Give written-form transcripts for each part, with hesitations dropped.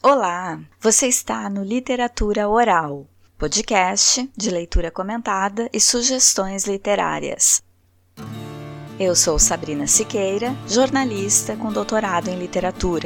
Olá, você está no Literatura Oral, podcast de leitura comentada e sugestões literárias. Eu sou Sabrina Siqueira, jornalista com doutorado em literatura.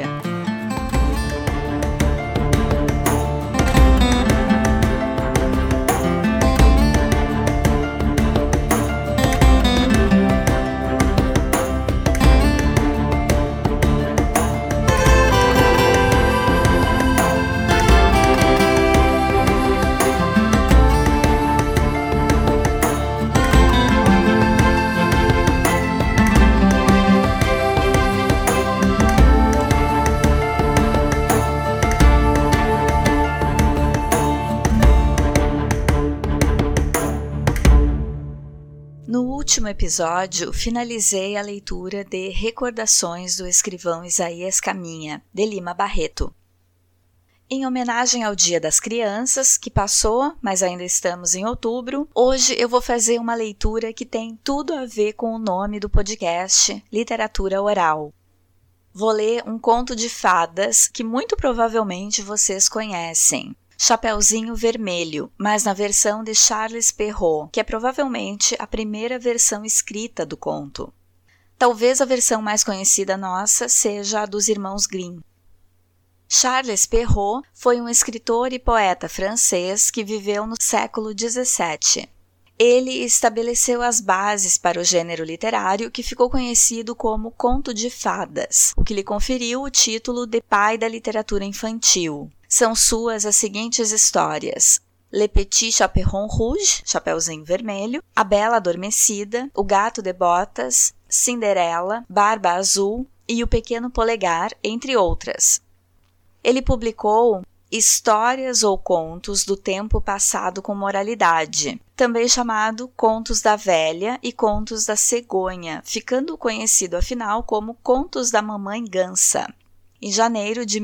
No último episódio, finalizei a leitura de Recordações do escrivão Isaías Caminha, de Lima Barreto. Em homenagem ao Dia das Crianças, que passou, mas ainda estamos em outubro, hoje eu vou fazer uma leitura que tem tudo a ver com o nome do podcast, Literatura Oral. Vou ler um conto de fadas que muito provavelmente vocês conhecem. Chapeuzinho Vermelho, mas na versão de Charles Perrault, que é provavelmente a primeira versão escrita do conto. Talvez a versão mais conhecida nossa seja a dos irmãos Grimm. Charles Perrault foi um escritor e poeta francês que viveu no século XVII. Ele estabeleceu as bases para o gênero literário que ficou conhecido como conto de fadas, o que lhe conferiu o título de pai da literatura infantil. São suas as seguintes histórias: Le Petit Chaperon Rouge, Chapeuzinho Vermelho, A Bela Adormecida, O Gato de Botas, Cinderela, Barba Azul e O Pequeno Polegar, entre outras. Ele publicou Histórias ou Contos do Tempo Passado com Moralidade, também chamado Contos da Velha e Contos da Cegonha, ficando conhecido afinal como Contos da Mamãe Gansa, em janeiro de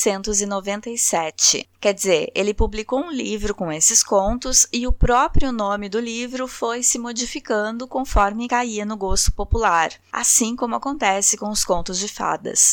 1697. Quer dizer, ele publicou um livro com esses contos e o próprio nome do livro foi se modificando conforme caía no gosto popular, assim como acontece com os contos de fadas.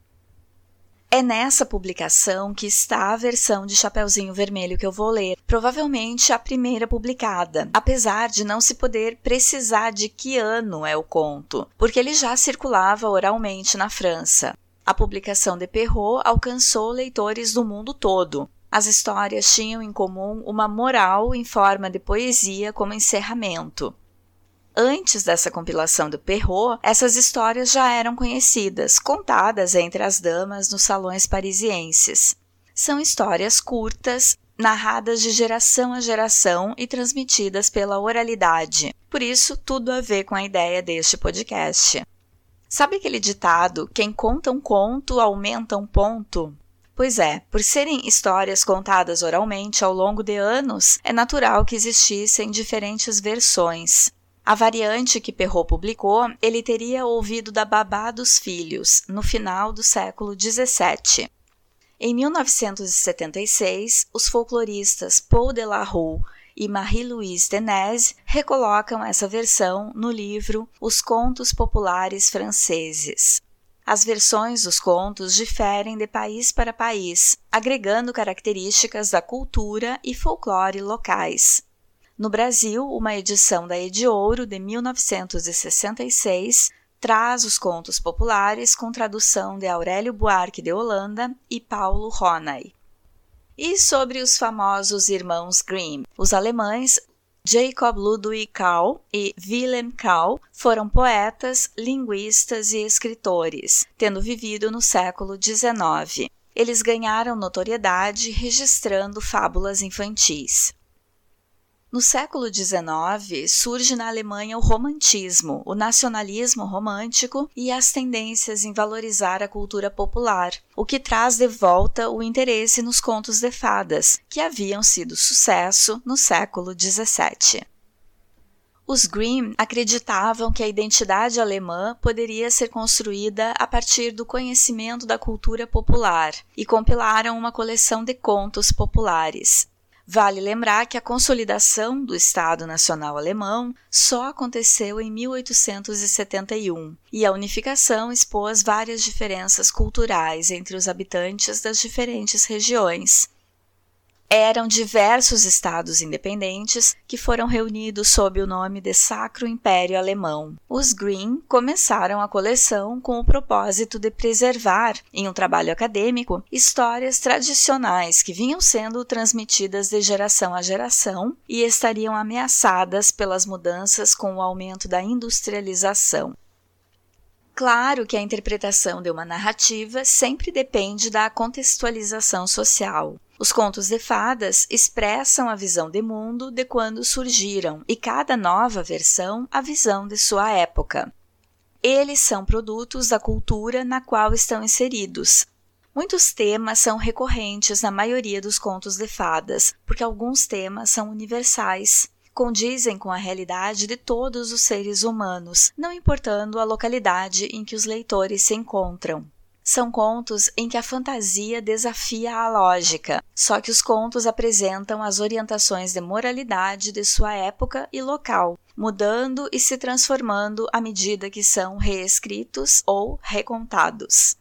É nessa publicação que está a versão de Chapeuzinho Vermelho que eu vou ler, provavelmente a primeira publicada, apesar de não se poder precisar de que ano é o conto, porque ele já circulava oralmente na França. A publicação de Perrault alcançou leitores do mundo todo. As histórias tinham em comum uma moral em forma de poesia como encerramento. Antes dessa compilação de Perrault, essas histórias já eram conhecidas, contadas entre as damas nos salões parisienses. São histórias curtas, narradas de geração a geração e transmitidas pela oralidade. Por isso, tudo a ver com a ideia deste podcast. Sabe aquele ditado, quem conta um conto aumenta um ponto? Pois é, por serem histórias contadas oralmente ao longo de anos, é natural que existissem diferentes versões. A variante que Perrault publicou, ele teria ouvido da babá dos filhos, no final do século XVII. Em 1976, os folcloristas Paul de la Rue e Marie-Louise Denez recolocam essa versão no livro Os Contos Populares Franceses. As versões dos contos diferem de país para país, agregando características da cultura e folclore locais. No Brasil, uma edição da Ediouro de 1966 traz os contos populares com tradução de Aurélio Buarque de Holanda e Paulo Ronay. E sobre os famosos irmãos Grimm, os alemães Jacob Ludwig Karl e Wilhelm Karl foram poetas, linguistas e escritores, tendo vivido no século XIX. Eles ganharam notoriedade registrando fábulas infantis. No século XIX, surge na Alemanha o romantismo, o nacionalismo romântico e as tendências em valorizar a cultura popular, o que traz de volta o interesse nos contos de fadas, que haviam sido sucesso no século XVII. Os Grimm acreditavam que a identidade alemã poderia ser construída a partir do conhecimento da cultura popular e compilaram uma coleção de contos populares. Vale lembrar que a consolidação do Estado Nacional Alemão só aconteceu em 1871 e a unificação expôs várias diferenças culturais entre os habitantes das diferentes regiões. Eram diversos estados independentes que foram reunidos sob o nome de Sacro Império Alemão. Os Grimm começaram a coleção com o propósito de preservar, em um trabalho acadêmico, histórias tradicionais que vinham sendo transmitidas de geração a geração e estariam ameaçadas pelas mudanças com o aumento da industrialização. Claro que a interpretação de uma narrativa sempre depende da contextualização social. Os contos de fadas expressam a visão de mundo de quando surgiram e cada nova versão a visão de sua época. Eles são produtos da cultura na qual estão inseridos. Muitos temas são recorrentes na maioria dos contos de fadas, porque alguns temas são universais. Condizem com a realidade de todos os seres humanos, não importando a localidade em que os leitores se encontram. São contos em que a fantasia desafia a lógica, só que os contos apresentam as orientações de moralidade de sua época e local, mudando e se transformando à medida que são reescritos ou recontados.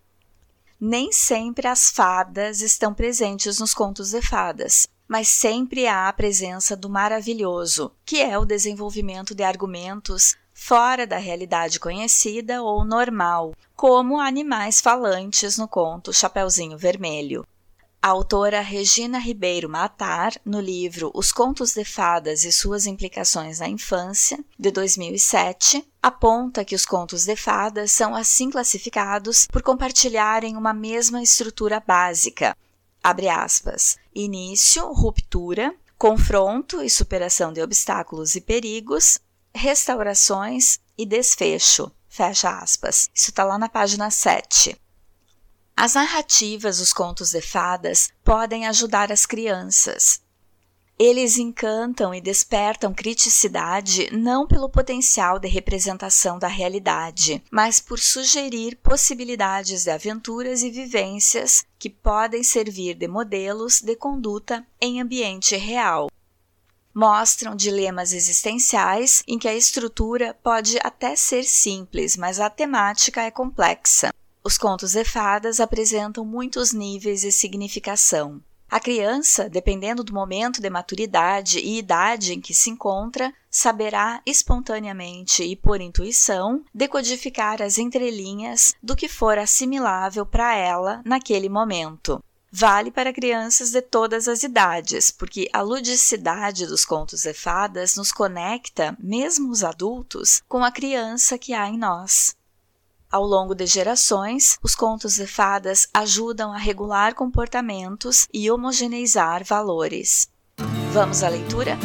Nem sempre as fadas estão presentes nos contos de fadas, mas sempre há a presença do maravilhoso, que é o desenvolvimento de argumentos fora da realidade conhecida ou normal, como animais falantes no conto Chapeuzinho Vermelho. A autora Regina Ribeiro Matar, no livro Os Contos de Fadas e Suas Implicações na Infância, de 2007, aponta que os contos de fadas são assim classificados por compartilharem uma mesma estrutura básica, abre aspas, início, ruptura, confronto e superação de obstáculos e perigos, restaurações e desfecho, fecha aspas. Isso está lá na página 7. As narrativas dos contos de fadas podem ajudar as crianças. Eles encantam e despertam criticidade não pelo potencial de representação da realidade, mas por sugerir possibilidades de aventuras e vivências que podem servir de modelos de conduta em ambiente real. Mostram dilemas existenciais em que a estrutura pode até ser simples, mas a temática é complexa. Os contos de fadas apresentam muitos níveis de significação. A criança, dependendo do momento de maturidade e idade em que se encontra, saberá espontaneamente e por intuição decodificar as entrelinhas do que for assimilável para ela naquele momento. Vale para crianças de todas as idades, porque a ludicidade dos contos de fadas nos conecta, mesmo os adultos, com a criança que há em nós. Ao longo de gerações, os contos de fadas ajudam a regular comportamentos e homogeneizar valores. Vamos à leitura?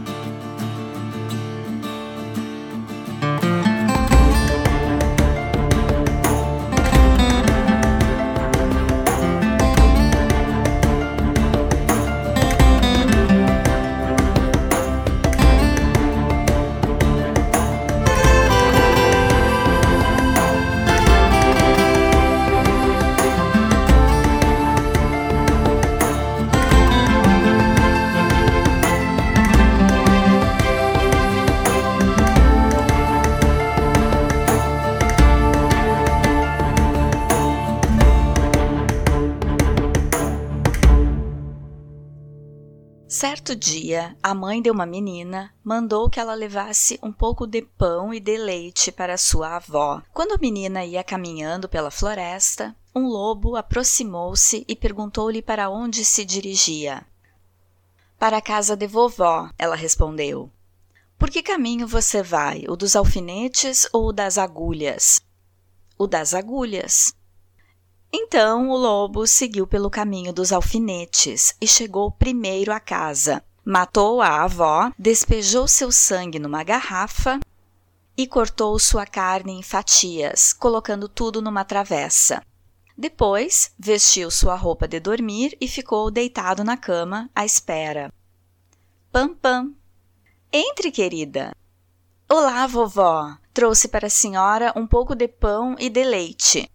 Certo dia, a mãe de uma menina mandou que ela levasse um pouco de pão e de leite para sua avó. Quando a menina ia caminhando pela floresta, um lobo aproximou-se e perguntou-lhe para onde se dirigia. Para a casa de vovó, ela respondeu. Por que caminho você vai, o dos alfinetes ou o das agulhas? O das agulhas. Então o lobo seguiu pelo caminho dos alfinetes e chegou primeiro à casa. Matou a avó, despejou seu sangue numa garrafa e cortou sua carne em fatias, colocando tudo numa travessa. Depois, vestiu sua roupa de dormir e ficou deitado na cama à espera. Pam, pam. Entre, querida. Olá, vovó. Trouxe para a senhora um pouco de pão e de leite.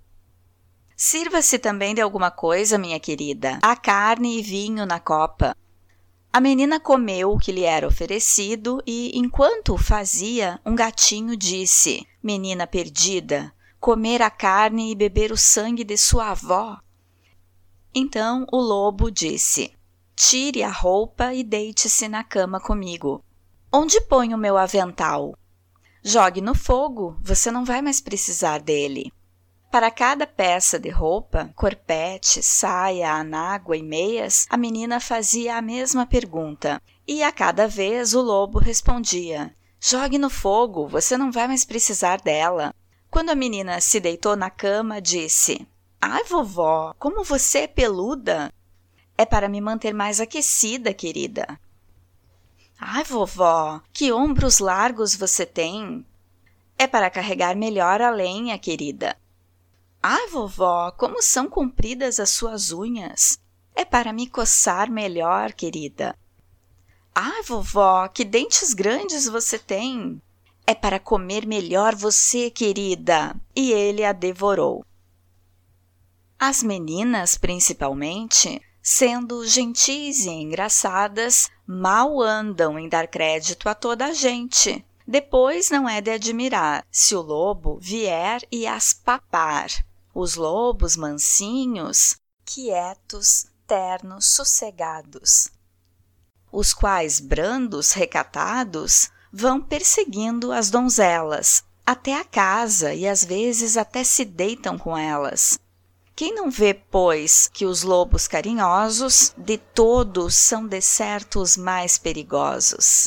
Sirva-se também de alguma coisa, minha querida. Há carne e vinho na copa. A menina comeu o que lhe era oferecido e, enquanto o fazia, um gatinho disse: "Menina perdida, comer a carne e beber o sangue de sua avó?" Então o lobo disse: "Tire a roupa e deite-se na cama comigo." "Onde ponho o meu avental?" "Jogue no fogo, você não vai mais precisar dele." Para cada peça de roupa, corpete, saia, anágua e meias, a menina fazia a mesma pergunta. E a cada vez o lobo respondia: "Jogue no fogo, você não vai mais precisar dela." Quando a menina se deitou na cama, disse: "Ai, vovó, como você é peluda!" "É para me manter mais aquecida, querida." "Ai, vovó, que ombros largos você tem!" "É para carregar melhor a lenha, querida." "Ai, vovó, como são compridas as suas unhas!" "É para me coçar melhor, querida." "Ai, vovó, que dentes grandes você tem!" "É para comer melhor você, querida." E ele a devorou. As meninas, principalmente, sendo gentis e engraçadas, mal andam em dar crédito a toda a gente. Depois não é de admirar se o lobo vier e as papar. Os lobos mansinhos, quietos, ternos, sossegados, os quais, brandos, recatados, vão perseguindo as donzelas até a casa e às vezes até se deitam com elas. Quem não vê, pois, que os lobos carinhosos de todos são de certo os mais perigosos?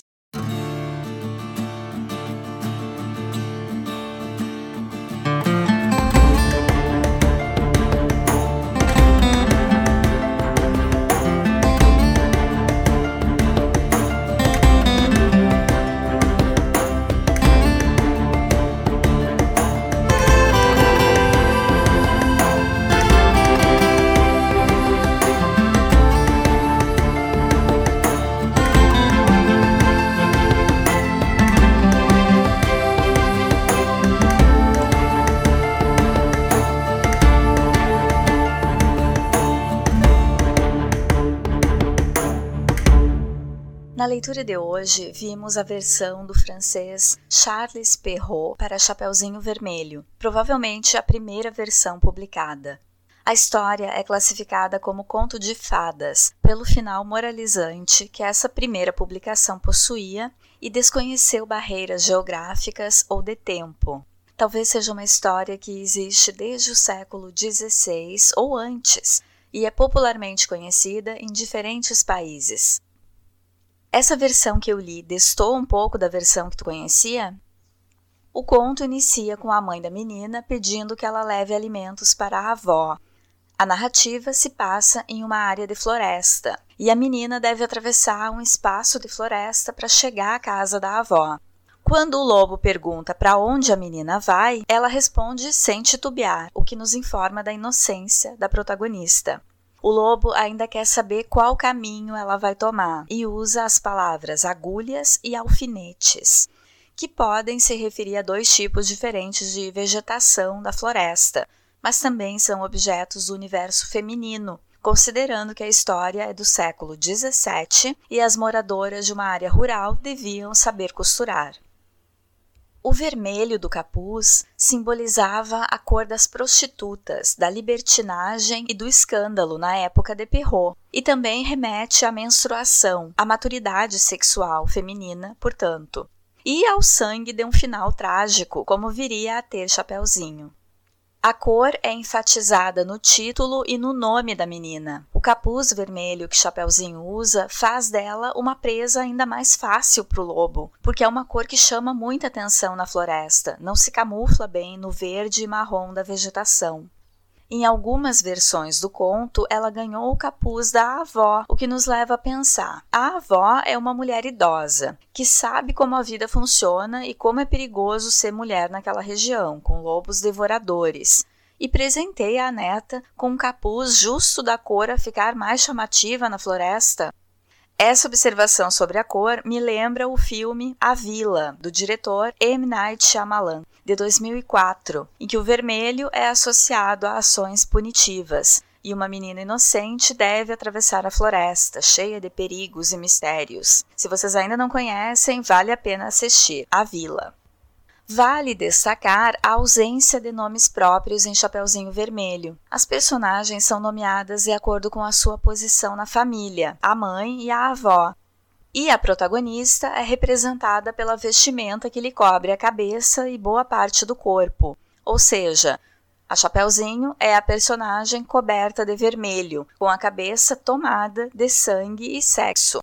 Na leitura de hoje, vimos a versão do francês Charles Perrault para Chapeuzinho Vermelho, provavelmente a primeira versão publicada. A história é classificada como conto de fadas, pelo final moralizante que essa primeira publicação possuía e desconheceu barreiras geográficas ou de tempo. Talvez seja uma história que existe desde o século XVI ou antes e é popularmente conhecida em diferentes países. Essa versão que eu li destoa um pouco da versão que tu conhecia? O conto inicia com a mãe da menina pedindo que ela leve alimentos para a avó. A narrativa se passa em uma área de floresta e a menina deve atravessar um espaço de floresta para chegar à casa da avó. Quando o lobo pergunta para onde a menina vai, ela responde sem titubear, o que nos informa da inocência da protagonista. O lobo ainda quer saber qual caminho ela vai tomar e usa as palavras agulhas e alfinetes, que podem se referir a dois tipos diferentes de vegetação da floresta, mas também são objetos do universo feminino, considerando que a história é do século XVII e as moradoras de uma área rural deviam saber costurar. O vermelho do capuz simbolizava a cor das prostitutas, da libertinagem e do escândalo na época de Perrault, e também remete à menstruação, à maturidade sexual feminina, portanto, e ao sangue de um final trágico, como viria a ter Chapeuzinho. A cor é enfatizada no título e no nome da menina. O capuz vermelho que Chapeuzinho usa faz dela uma presa ainda mais fácil para o lobo, porque é uma cor que chama muita atenção na floresta, não se camufla bem no verde e marrom da vegetação. Em algumas versões do conto, ela ganhou o capuz da avó, o que nos leva a pensar. A avó é uma mulher idosa, que sabe como a vida funciona e como é perigoso ser mulher naquela região, com lobos devoradores, e presenteia a neta com um capuz justo da cor a ficar mais chamativa na floresta. Essa observação sobre a cor me lembra o filme A Vila, do diretor M. Night Shyamalan, de 2004, em que o vermelho é associado a ações punitivas e uma menina inocente deve atravessar a floresta, cheia de perigos e mistérios. Se vocês ainda não conhecem, vale a pena assistir A Vila. Vale destacar a ausência de nomes próprios em Chapeuzinho Vermelho. As personagens são nomeadas de acordo com a sua posição na família, a mãe e a avó. E a protagonista é representada pela vestimenta que lhe cobre a cabeça e boa parte do corpo. Ou seja, a Chapeuzinho é a personagem coberta de vermelho, com a cabeça tomada de sangue e sexo.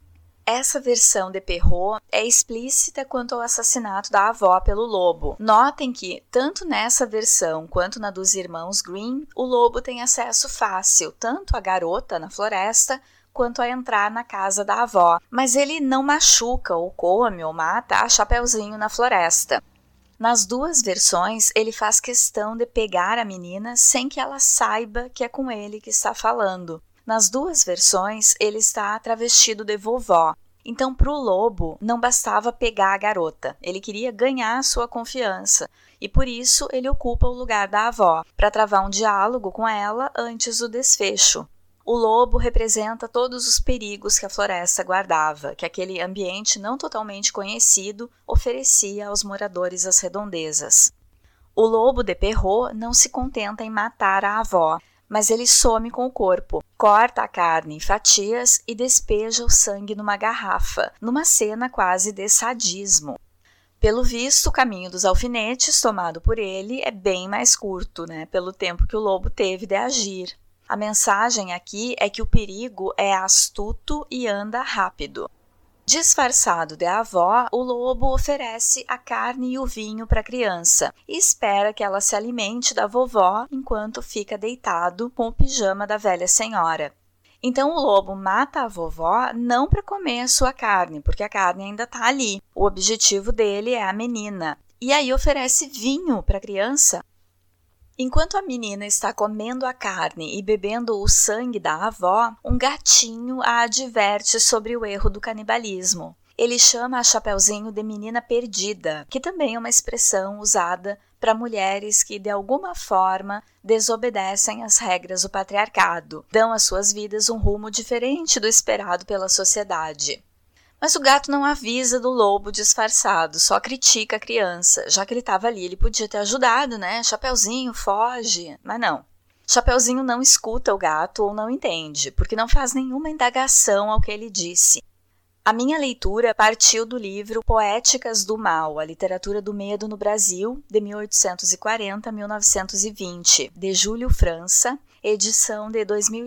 Essa versão de Perrault é explícita quanto ao assassinato da avó pelo lobo. Notem que, tanto nessa versão quanto na dos irmãos Green, o lobo tem acesso fácil, tanto à garota na floresta, quanto a entrar na casa da avó. Mas ele não machuca ou come ou mata a Chapeuzinho na floresta. Nas duas versões, ele faz questão de pegar a menina sem que ela saiba que é com ele que está falando. Nas duas versões, ele está travestido de vovó. Então, para o lobo, não bastava pegar a garota. Ele queria ganhar sua confiança. E por isso, ele ocupa o lugar da avó, para travar um diálogo com ela antes do desfecho. O lobo representa todos os perigos que a floresta guardava, que aquele ambiente não totalmente conhecido oferecia aos moradores das redondezas. O lobo de Perrault não se contenta em matar a avó, mas ele some com o corpo, corta a carne em fatias e despeja o sangue numa garrafa, numa cena quase de sadismo. Pelo visto, o caminho dos alfinetes tomado por ele é bem mais curto, pelo tempo que o lobo teve de agir. A mensagem aqui é que o perigo é astuto e anda rápido. Disfarçado de avó, o lobo oferece a carne e o vinho para a criança e espera que ela se alimente da vovó enquanto fica deitado com o pijama da velha senhora. Então o lobo mata a vovó não para comer a sua carne, porque a carne ainda está ali. O objetivo dele é a menina. E aí oferece vinho para a criança. Enquanto a menina está comendo a carne e bebendo o sangue da avó, um gatinho a adverte sobre o erro do canibalismo. Ele chama a Chapeuzinho de menina perdida, que também é uma expressão usada para mulheres que, de alguma forma, desobedecem às regras do patriarcado, dão às suas vidas um rumo diferente do esperado pela sociedade. Mas o gato não avisa do lobo disfarçado, só critica a criança. Já que ele estava ali, ele podia ter ajudado, Chapeuzinho, foge. Mas não. Chapeuzinho não escuta o gato ou não entende, porque não faz nenhuma indagação ao que ele disse. A minha leitura partiu do livro Poéticas do Mal, a literatura do medo no Brasil, de 1840 a 1920, de Júlio França, edição de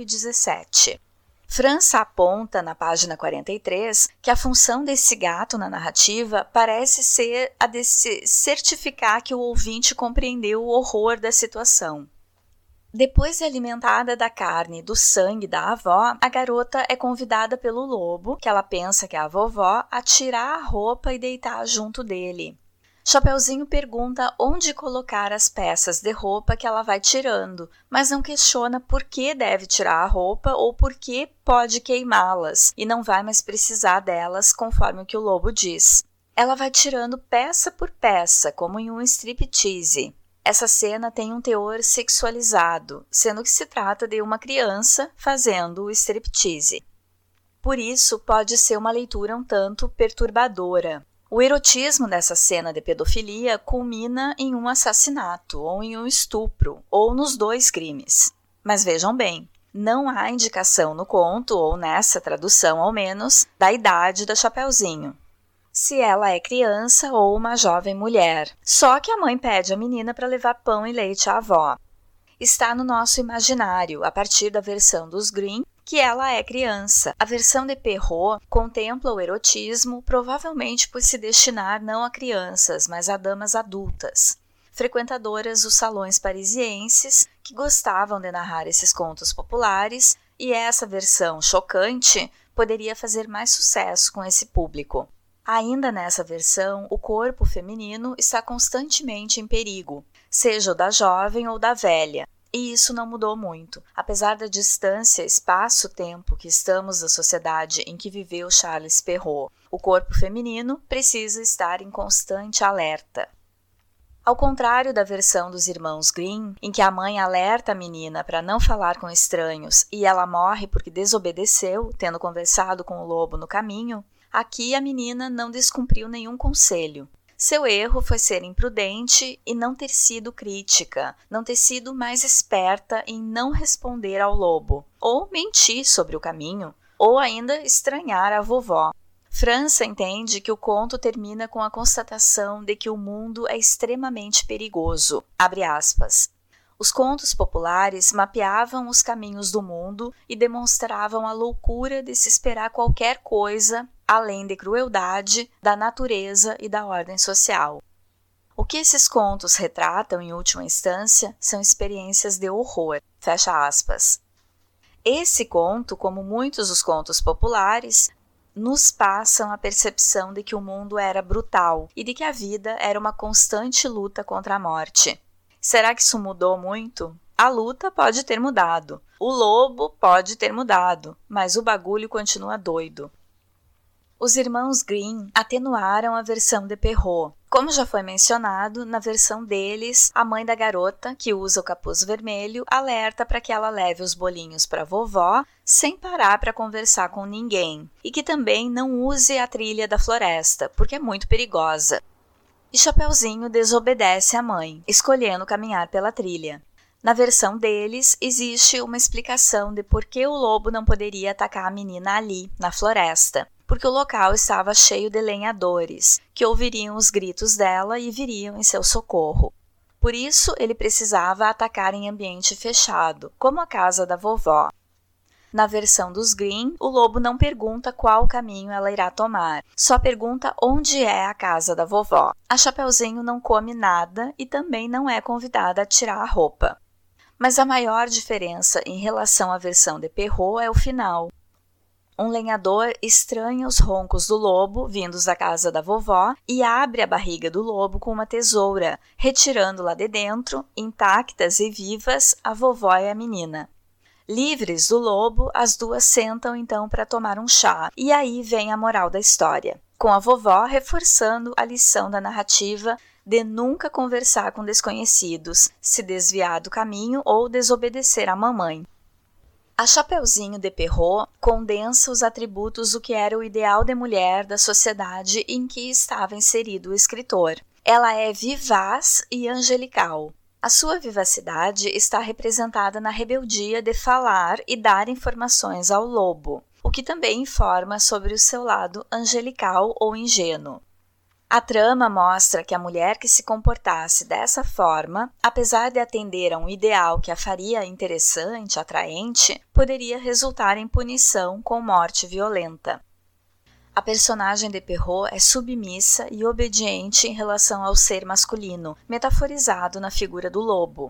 2017. França aponta, na página 43, que a função desse gato na narrativa parece ser a de certificar que o ouvinte compreendeu o horror da situação. Depois de alimentada da carne e do sangue da avó, a garota é convidada pelo lobo, que ela pensa que é a vovó, a tirar a roupa e deitar junto dele. Chapeuzinho pergunta onde colocar as peças de roupa que ela vai tirando, mas não questiona por que deve tirar a roupa ou por que pode queimá-las e não vai mais precisar delas conforme o que o lobo diz. Ela vai tirando peça por peça, como em um striptease. Essa cena tem um teor sexualizado, sendo que se trata de uma criança fazendo o striptease. Por isso, pode ser uma leitura um tanto perturbadora. O erotismo dessa cena de pedofilia culmina em um assassinato, ou em um estupro, ou nos dois crimes. Mas vejam bem, não há indicação no conto, ou nessa tradução ao menos, da idade da Chapeuzinho. Se ela é criança ou uma jovem mulher. Só que a mãe pede à menina para levar pão e leite à avó. Está no nosso imaginário, a partir da versão dos Green, que ela é criança. A versão de Perrault contempla o erotismo, provavelmente por se destinar não a crianças, mas a damas adultas, frequentadoras dos salões parisienses que gostavam de narrar esses contos populares, e essa versão chocante poderia fazer mais sucesso com esse público. Ainda nessa versão, o corpo feminino está constantemente em perigo, seja o da jovem ou da velha. E isso não mudou muito. Apesar da distância, espaço-tempo que estamos da sociedade em que viveu Charles Perrault, o corpo feminino precisa estar em constante alerta. Ao contrário da versão dos irmãos Grimm, em que a mãe alerta a menina para não falar com estranhos e ela morre porque desobedeceu, tendo conversado com o lobo no caminho, aqui a menina não descumpriu nenhum conselho. Seu erro foi ser imprudente e não ter sido crítica, não ter sido mais esperta em não responder ao lobo, ou mentir sobre o caminho, ou ainda estranhar a vovó. França entende que o conto termina com a constatação de que o mundo é extremamente perigoso. Abre aspas. Os contos populares mapeavam os caminhos do mundo e demonstravam a loucura de se esperar qualquer coisa além de crueldade, da natureza e da ordem social. O que esses contos retratam, em última instância, são experiências de horror. Fecha aspas. Esse conto, como muitos dos contos populares, nos passam a percepção de que o mundo era brutal e de que a vida era uma constante luta contra a morte. Será que isso mudou muito? A luta pode ter mudado, o lobo pode ter mudado, mas o bagulho continua doido. Os irmãos Grimm atenuaram a versão de Perrault. Como já foi mencionado, na versão deles, a mãe da garota, que usa o capuz vermelho, alerta para que ela leve os bolinhos para a vovó sem parar para conversar com ninguém e que também não use a trilha da floresta, porque é muito perigosa. E Chapeuzinho desobedece à mãe, escolhendo caminhar pela trilha. Na versão deles, existe uma explicação de por que o lobo não poderia atacar a menina ali, na floresta. Porque o local estava cheio de lenhadores, que ouviriam os gritos dela e viriam em seu socorro. Por isso, ele precisava atacar em ambiente fechado, como a casa da vovó. Na versão dos Grimm, o lobo não pergunta qual caminho ela irá tomar, só pergunta onde é a casa da vovó. A Chapeuzinho não come nada e também não é convidada a tirar a roupa. Mas a maior diferença em relação à versão de Perrault é o final. Um lenhador estranha os roncos do lobo, vindos da casa da vovó, e abre a barriga do lobo com uma tesoura, retirando lá de dentro, intactas e vivas, a vovó e a menina. Livres do lobo, as duas sentam então para tomar um chá, e aí vem a moral da história, com a vovó reforçando a lição da narrativa de nunca conversar com desconhecidos, se desviar do caminho ou desobedecer à mamãe. A Chapeuzinho de Perrault condensa os atributos do que era o ideal de mulher da sociedade em que estava inserido o escritor. Ela é vivaz e angelical. A sua vivacidade está representada na rebeldia de falar e dar informações ao lobo, o que também informa sobre o seu lado angelical ou ingênuo. A trama mostra que a mulher que se comportasse dessa forma, apesar de atender a um ideal que a faria interessante, atraente, poderia resultar em punição com morte violenta. A personagem de Perrault é submissa e obediente em relação ao ser masculino, metaforizado na figura do lobo.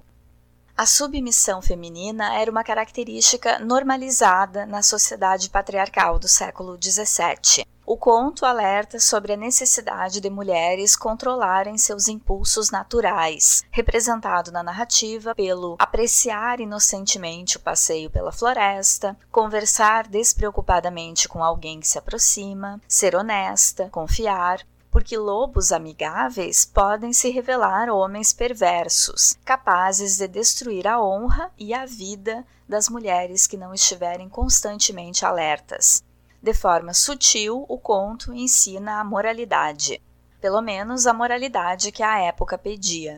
A submissão feminina era uma característica normalizada na sociedade patriarcal do século XVII. O conto alerta sobre a necessidade de mulheres controlarem seus impulsos naturais, representado na narrativa pelo apreciar inocentemente o passeio pela floresta, conversar despreocupadamente com alguém que se aproxima, ser honesta, confiar, porque lobos amigáveis podem se revelar homens perversos, capazes de destruir a honra e a vida das mulheres que não estiverem constantemente alertas. De forma sutil, o conto ensina a moralidade, pelo menos a moralidade que a época pedia.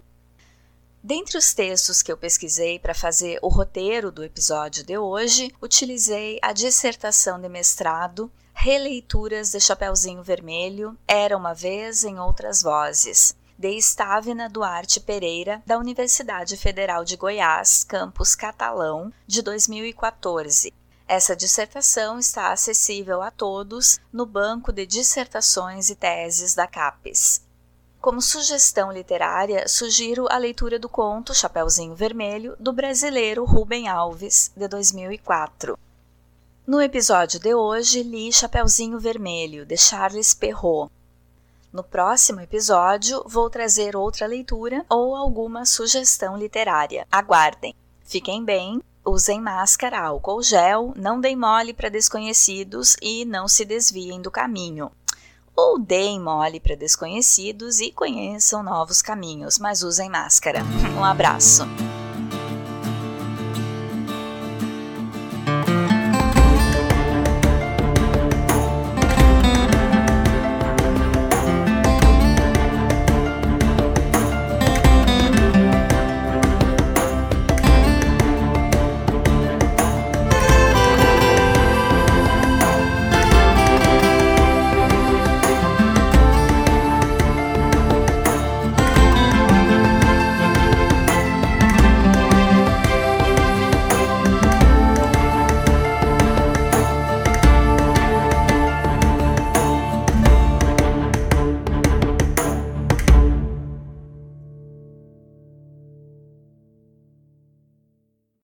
Dentre os textos que eu pesquisei para fazer o roteiro do episódio de hoje, utilizei a dissertação de mestrado Releituras de Chapeuzinho Vermelho, Era uma Vez em Outras Vozes, de Estávina Duarte Pereira, da Universidade Federal de Goiás, campus Catalão, de 2014. Essa dissertação está acessível a todos no banco de dissertações e teses da CAPES. Como sugestão literária, sugiro a leitura do conto Chapeuzinho Vermelho, do brasileiro Rubem Alves, de 2004. No episódio de hoje, li Chapeuzinho Vermelho, de Charles Perrault. No próximo episódio, vou trazer outra leitura ou alguma sugestão literária. Aguardem! Fiquem bem! Usem máscara, álcool gel, não deem mole para desconhecidos e não se desviem do caminho. ou deem mole para desconhecidos e conheçam novos caminhos, mas usem máscara. Um abraço!